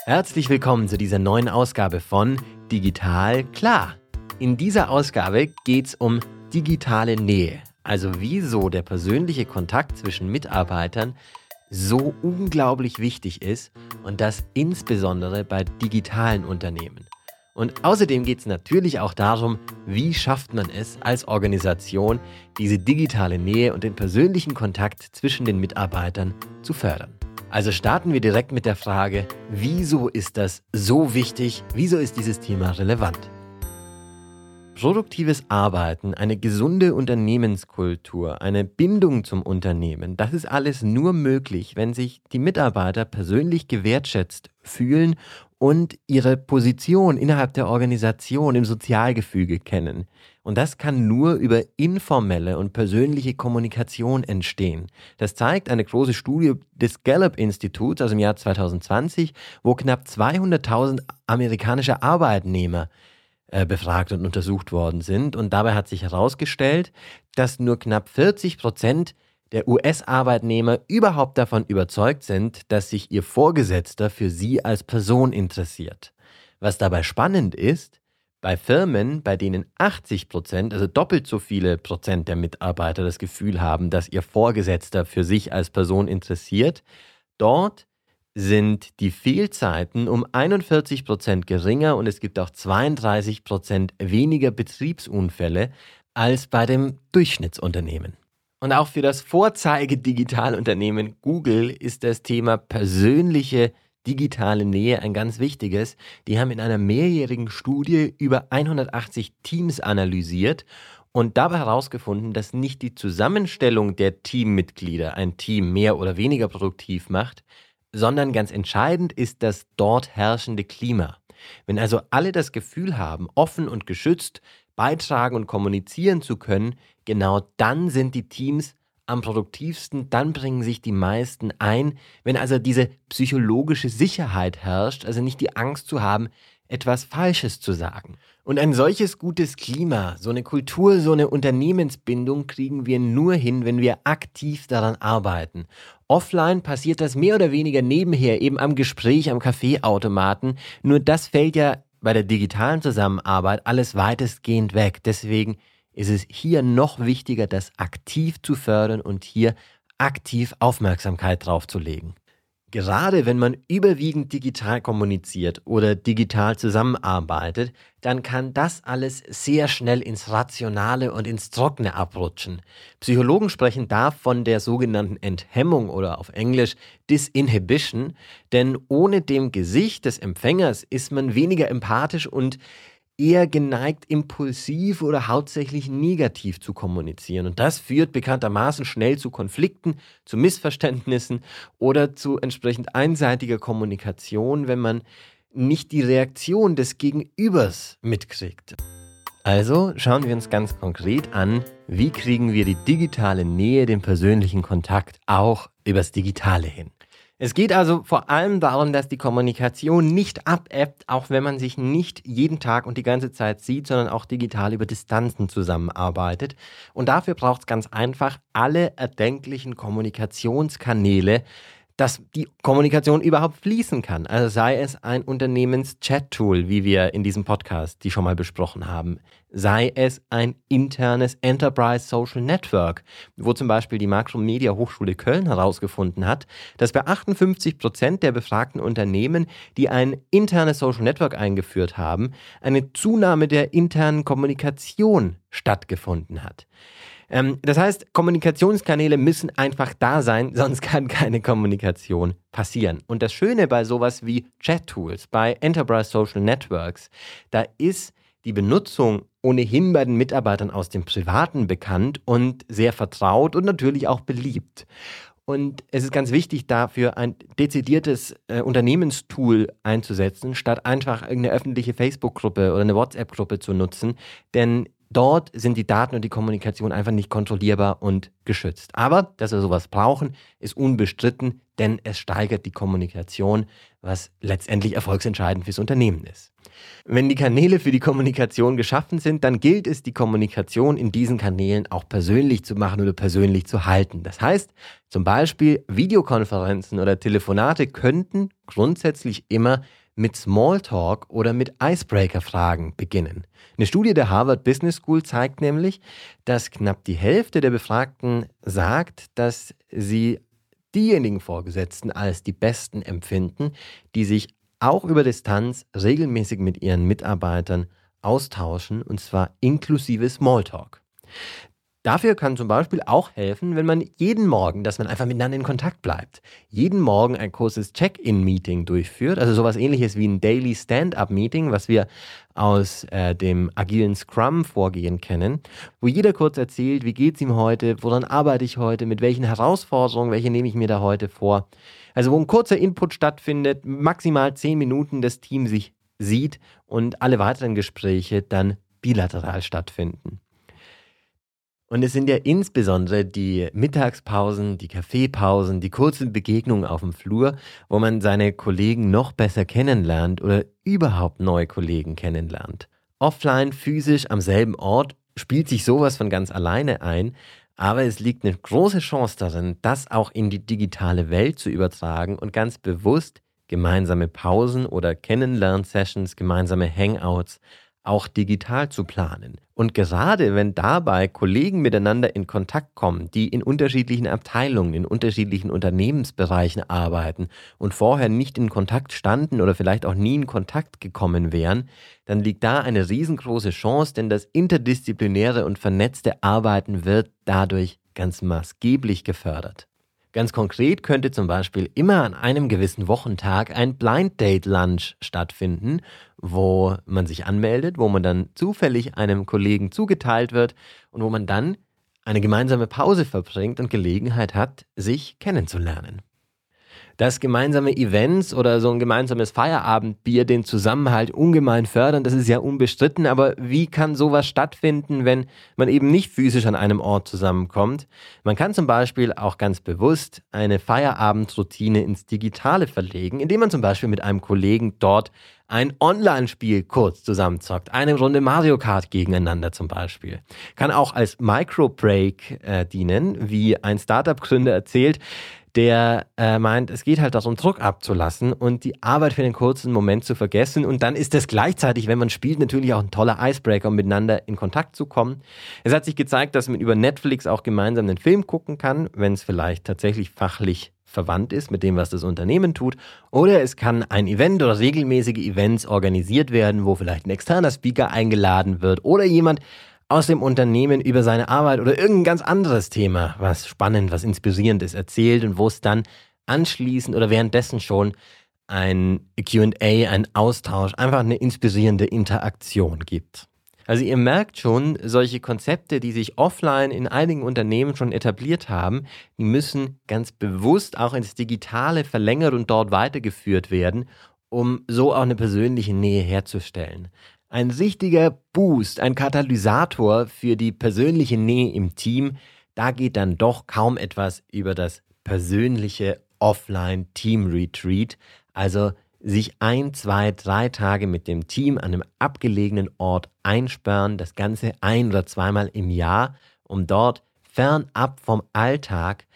Herzlich willkommen zu dieser neuen Ausgabe von Digital Klar. In dieser Ausgabe geht es um digitale Nähe, also wieso der persönliche Kontakt zwischen Mitarbeitern so unglaublich wichtig ist und das insbesondere bei digitalen Unternehmen. Und außerdem geht es natürlich auch darum, wie schafft man es als Organisation, diese digitale Nähe und den persönlichen Kontakt zwischen den Mitarbeitern zu fördern. Also starten wir direkt mit der Frage, wieso ist das so wichtig? Wieso ist dieses Thema relevant? Produktives Arbeiten, eine gesunde Unternehmenskultur, eine Bindung zum Unternehmen, das ist alles nur möglich, wenn sich die Mitarbeiter persönlich gewertschätzt fühlen und ihre Position innerhalb der Organisation im Sozialgefüge kennen. Und das kann nur über informelle und persönliche Kommunikation entstehen. Das zeigt eine große Studie des Gallup-Instituts aus dem Jahr 2020, wo knapp 200.000 amerikanische Arbeitnehmer befragt und untersucht worden sind. Und dabei hat sich herausgestellt, dass nur knapp 40% der US-Arbeitnehmer überhaupt davon überzeugt sind, dass sich ihr Vorgesetzter für sie als Person interessiert. Was dabei spannend ist, bei Firmen, bei denen 80%, also doppelt so viele Prozent der Mitarbeiter das Gefühl haben, dass ihr Vorgesetzter für sich als Person interessiert, dort sind die Fehlzeiten um 41% geringer und es gibt auch 32% weniger Betriebsunfälle als bei dem Durchschnittsunternehmen. Und auch für das Vorzeige-Digitalunternehmen Google ist das Thema persönliche digitale Nähe ein ganz wichtiges. Die haben in einer mehrjährigen Studie über 180 Teams analysiert und dabei herausgefunden, dass nicht die Zusammenstellung der Teammitglieder ein Team mehr oder weniger produktiv macht, sondern ganz entscheidend ist das dort herrschende Klima. Wenn also alle das Gefühl haben, offen und geschützt beitragen und kommunizieren zu können, genau dann sind die Teams am produktivsten, dann bringen sich die meisten ein, wenn also diese psychologische Sicherheit herrscht, also nicht die Angst zu haben, etwas Falsches zu sagen. Und ein solches gutes Klima, so eine Kultur, so eine Unternehmensbindung kriegen wir nur hin, wenn wir aktiv daran arbeiten. Offline passiert das mehr oder weniger nebenher, eben am Gespräch, am Kaffeeautomaten. Nur das fällt ja bei der digitalen Zusammenarbeit alles weitestgehend weg. Deswegen ist es hier noch wichtiger, das aktiv zu fördern und hier aktiv Aufmerksamkeit drauf zu legen. Gerade wenn man überwiegend digital kommuniziert oder digital zusammenarbeitet, dann kann das alles sehr schnell ins Rationale und ins Trockene abrutschen. Psychologen sprechen da von der sogenannten Enthemmung oder auf Englisch Disinhibition, denn ohne dem Gesicht des Empfängers ist man weniger empathisch und eher geneigt, impulsiv oder hauptsächlich negativ zu kommunizieren. Und das führt bekanntermaßen schnell zu Konflikten, zu Missverständnissen oder zu entsprechend einseitiger Kommunikation, wenn man nicht die Reaktion des Gegenübers mitkriegt. Also schauen wir uns ganz konkret an, wie kriegen wir die digitale Nähe, den persönlichen Kontakt auch übers Digitale hin. Es geht also vor allem darum, dass die Kommunikation nicht abebbt, auch wenn man sich nicht jeden Tag und die ganze Zeit sieht, sondern auch digital über Distanzen zusammenarbeitet. Und dafür braucht es ganz einfach alle erdenklichen Kommunikationskanäle, dass die Kommunikation überhaupt fließen kann. Also sei es ein Unternehmens-Chat-Tool, wie wir in diesem Podcast die schon mal besprochen haben, sei es ein internes Enterprise Social Network, wo zum Beispiel die Makromedia Hochschule Köln herausgefunden hat, dass bei 58% der befragten Unternehmen, die ein internes Social Network eingeführt haben, eine Zunahme der internen Kommunikation stattgefunden hat. Das heißt, Kommunikationskanäle müssen einfach da sein, sonst kann keine Kommunikation passieren. Und das Schöne bei sowas wie Chat-Tools, bei Enterprise Social Networks, da ist die Benutzung ohnehin bei den Mitarbeitern aus dem Privaten bekannt und sehr vertraut und natürlich auch beliebt. Und es ist ganz wichtig, dafür ein dezidiertes Unternehmenstool einzusetzen, statt einfach irgendeine öffentliche Facebook-Gruppe oder eine WhatsApp-Gruppe zu nutzen, denn dort sind die Daten und die Kommunikation einfach nicht kontrollierbar und geschützt. Aber, dass wir sowas brauchen, ist unbestritten. denn es steigert die Kommunikation, was letztendlich erfolgsentscheidend fürs Unternehmen ist. Wenn die Kanäle für die Kommunikation geschaffen sind, dann gilt es, die Kommunikation in diesen Kanälen auch persönlich zu machen oder persönlich zu halten. Das heißt, zum Beispiel Videokonferenzen oder Telefonate könnten grundsätzlich immer mit Smalltalk oder mit Icebreaker-Fragen beginnen. Eine Studie der Harvard Business School zeigt nämlich, dass knapp die Hälfte der Befragten sagt, dass sie diejenigen Vorgesetzten als die besten empfinden, die sich auch über Distanz regelmäßig mit ihren Mitarbeitern austauschen, und zwar inklusive Smalltalk. Dafür kann zum Beispiel auch helfen, wenn man jeden Morgen, dass man einfach miteinander in Kontakt bleibt, jeden Morgen ein kurzes Check-in-Meeting durchführt, also sowas ähnliches wie ein Daily Stand-up-Meeting, was wir aus dem agilen Scrum-Vorgehen kennen, wo jeder kurz erzählt, wie geht's ihm heute, woran arbeite ich heute, mit welchen Herausforderungen, welche nehme ich mir da heute vor. Also wo ein kurzer Input stattfindet, maximal 10 Minuten das Team sich sieht und alle weiteren Gespräche dann bilateral stattfinden. Und es sind ja insbesondere die Mittagspausen, die Kaffeepausen, die kurzen Begegnungen auf dem Flur, wo man seine Kollegen noch besser kennenlernt oder überhaupt neue Kollegen kennenlernt. Offline, physisch am selben Ort spielt sich sowas von ganz alleine ein, aber es liegt eine große Chance darin, das auch in die digitale Welt zu übertragen und ganz bewusst gemeinsame Pausen oder Kennenlern-Sessions, gemeinsame Hangouts auch digital zu planen. Und gerade wenn dabei Kollegen miteinander in Kontakt kommen, die in unterschiedlichen Abteilungen, in unterschiedlichen Unternehmensbereichen arbeiten und vorher nicht in Kontakt standen oder vielleicht auch nie in Kontakt gekommen wären, dann liegt da eine riesengroße Chance, denn das interdisziplinäre und vernetzte Arbeiten wird dadurch ganz maßgeblich gefördert. Ganz konkret könnte zum Beispiel immer an einem gewissen Wochentag ein Blind Date Lunch stattfinden, wo man sich anmeldet, wo man dann zufällig einem Kollegen zugeteilt wird und wo man dann eine gemeinsame Pause verbringt und Gelegenheit hat, sich kennenzulernen. Dass gemeinsame Events oder so ein gemeinsames Feierabendbier den Zusammenhalt ungemein fördern, das ist ja unbestritten, aber wie kann sowas stattfinden, wenn man eben nicht physisch an einem Ort zusammenkommt? Man kann zum Beispiel auch ganz bewusst eine Feierabendroutine ins Digitale verlegen, indem man zum Beispiel mit einem Kollegen dort ein Online-Spiel kurz zusammenzockt, eine Runde Mario Kart gegeneinander zum Beispiel. Kann auch als Micro-Break dienen, wie ein Startup-Gründer erzählt, der meint, es geht halt darum, Druck abzulassen und die Arbeit für den kurzen Moment zu vergessen. Und dann ist das gleichzeitig, wenn man spielt, natürlich auch ein toller Icebreaker, um miteinander in Kontakt zu kommen. Es hat sich gezeigt, dass man über Netflix auch gemeinsam einen Film gucken kann, wenn es vielleicht tatsächlich fachlich verwandt ist mit dem, was das Unternehmen tut. Oder es kann ein Event oder regelmäßige Events organisiert werden, wo vielleicht ein externer Speaker eingeladen wird oder jemand aus dem Unternehmen über seine Arbeit oder irgendein ganz anderes Thema, was spannend, was inspirierend ist, erzählt und wo es dann anschließend oder währenddessen schon ein Q&A, ein Austausch, einfach eine inspirierende Interaktion gibt. Also ihr merkt schon, solche Konzepte, die sich offline in einigen Unternehmen schon etabliert haben, die müssen ganz bewusst auch ins Digitale verlängert und dort weitergeführt werden, um so auch eine persönliche Nähe herzustellen. Ein richtiger Boost, ein Katalysator für die persönliche Nähe im Team, da geht dann doch kaum etwas über das persönliche Offline-Team-Retreat, also sich 1, 2, 3 Tage mit dem Team an einem abgelegenen Ort einsperren, das Ganze 1 oder 2-mal im Jahr, um dort fernab vom Alltag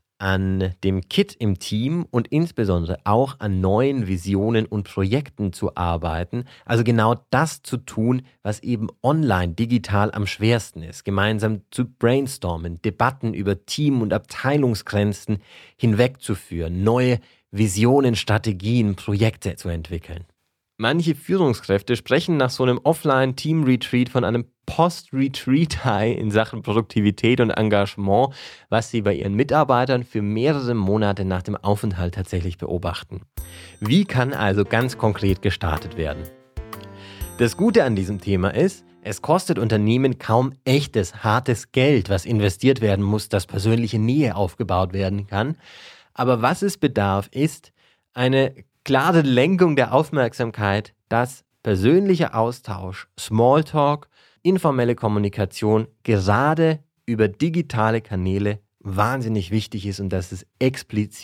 an dem Kit im Team und insbesondere auch an neuen Visionen und Projekten zu arbeiten. Also genau das zu tun, was eben online, digital am schwersten ist. Gemeinsam zu brainstormen, Debatten über Team- und Abteilungsgrenzen hinwegzuführen, neue Visionen, Strategien, Projekte zu entwickeln. Manche Führungskräfte sprechen nach so einem Offline-Team-Retreat von einem Post-Retreat-High in Sachen Produktivität und Engagement, was sie bei ihren Mitarbeitern für mehrere Monate nach dem Aufenthalt tatsächlich beobachten. Wie kann also ganz konkret gestartet werden? Das Gute an diesem Thema ist, es kostet Unternehmen kaum echtes, hartes Geld, was investiert werden muss, dass persönliche Nähe aufgebaut werden kann. Aber was es bedarf, ist eine klare Lenkung der Aufmerksamkeit, dass persönlicher Austausch, Smalltalk, informelle Kommunikation gerade über digitale Kanäle wahnsinnig wichtig ist und dass es explizit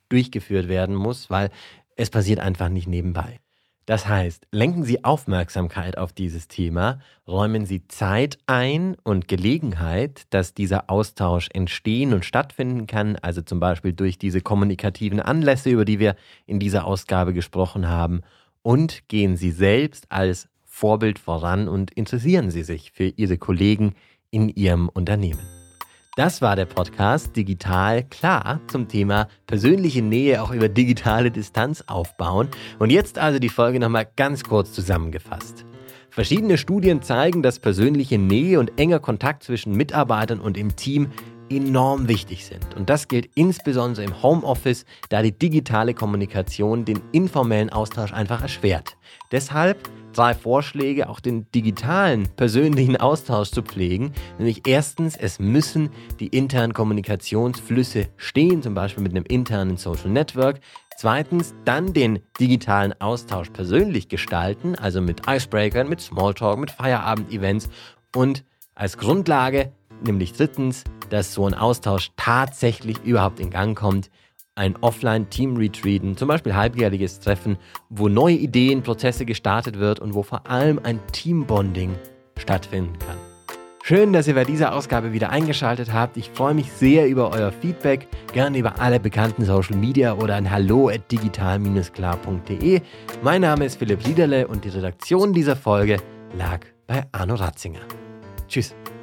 durchgeführt werden muss, weil es passiert einfach nicht nebenbei. Das heißt, lenken Sie Aufmerksamkeit auf dieses Thema, räumen Sie Zeit ein und Gelegenheit, dass dieser Austausch entstehen und stattfinden kann, also zum Beispiel durch diese kommunikativen Anlässe, über die wir in dieser Ausgabe gesprochen haben, und gehen Sie selbst als Vorbild voran und interessieren Sie sich für Ihre Kollegen in Ihrem Unternehmen. Das war der Podcast Digital Klar zum Thema persönliche Nähe auch über digitale Distanz aufbauen. Und jetzt also die Folge nochmal ganz kurz zusammengefasst. Verschiedene Studien zeigen, dass persönliche Nähe und enger Kontakt zwischen Mitarbeitern und im Team enorm wichtig sind. Und das gilt insbesondere im Homeoffice, da die digitale Kommunikation den informellen Austausch einfach erschwert. Deshalb 3 Vorschläge, auch den digitalen, persönlichen Austausch zu pflegen. Nämlich erstens, es müssen die internen Kommunikationsflüsse stehen, zum Beispiel mit einem internen Social Network. Zweitens, dann den digitalen Austausch persönlich gestalten, also mit Icebreakern, mit Smalltalk, mit Feierabend-Events. Und als Grundlage, nämlich drittens, dass so ein Austausch tatsächlich überhaupt in Gang kommt, ein Offline-Team-Retreaten, zum Beispiel halbjährliches Treffen, wo neue Ideen, Prozesse gestartet wird und wo vor allem ein Teambonding stattfinden kann. Schön, dass ihr bei dieser Ausgabe wieder eingeschaltet habt. Ich freue mich sehr über euer Feedback, gerne über alle bekannten Social Media oder an hallo@digital-klar.de. Mein Name ist Philipp Liederle und die Redaktion dieser Folge lag bei Arno Ratzinger. Tschüss.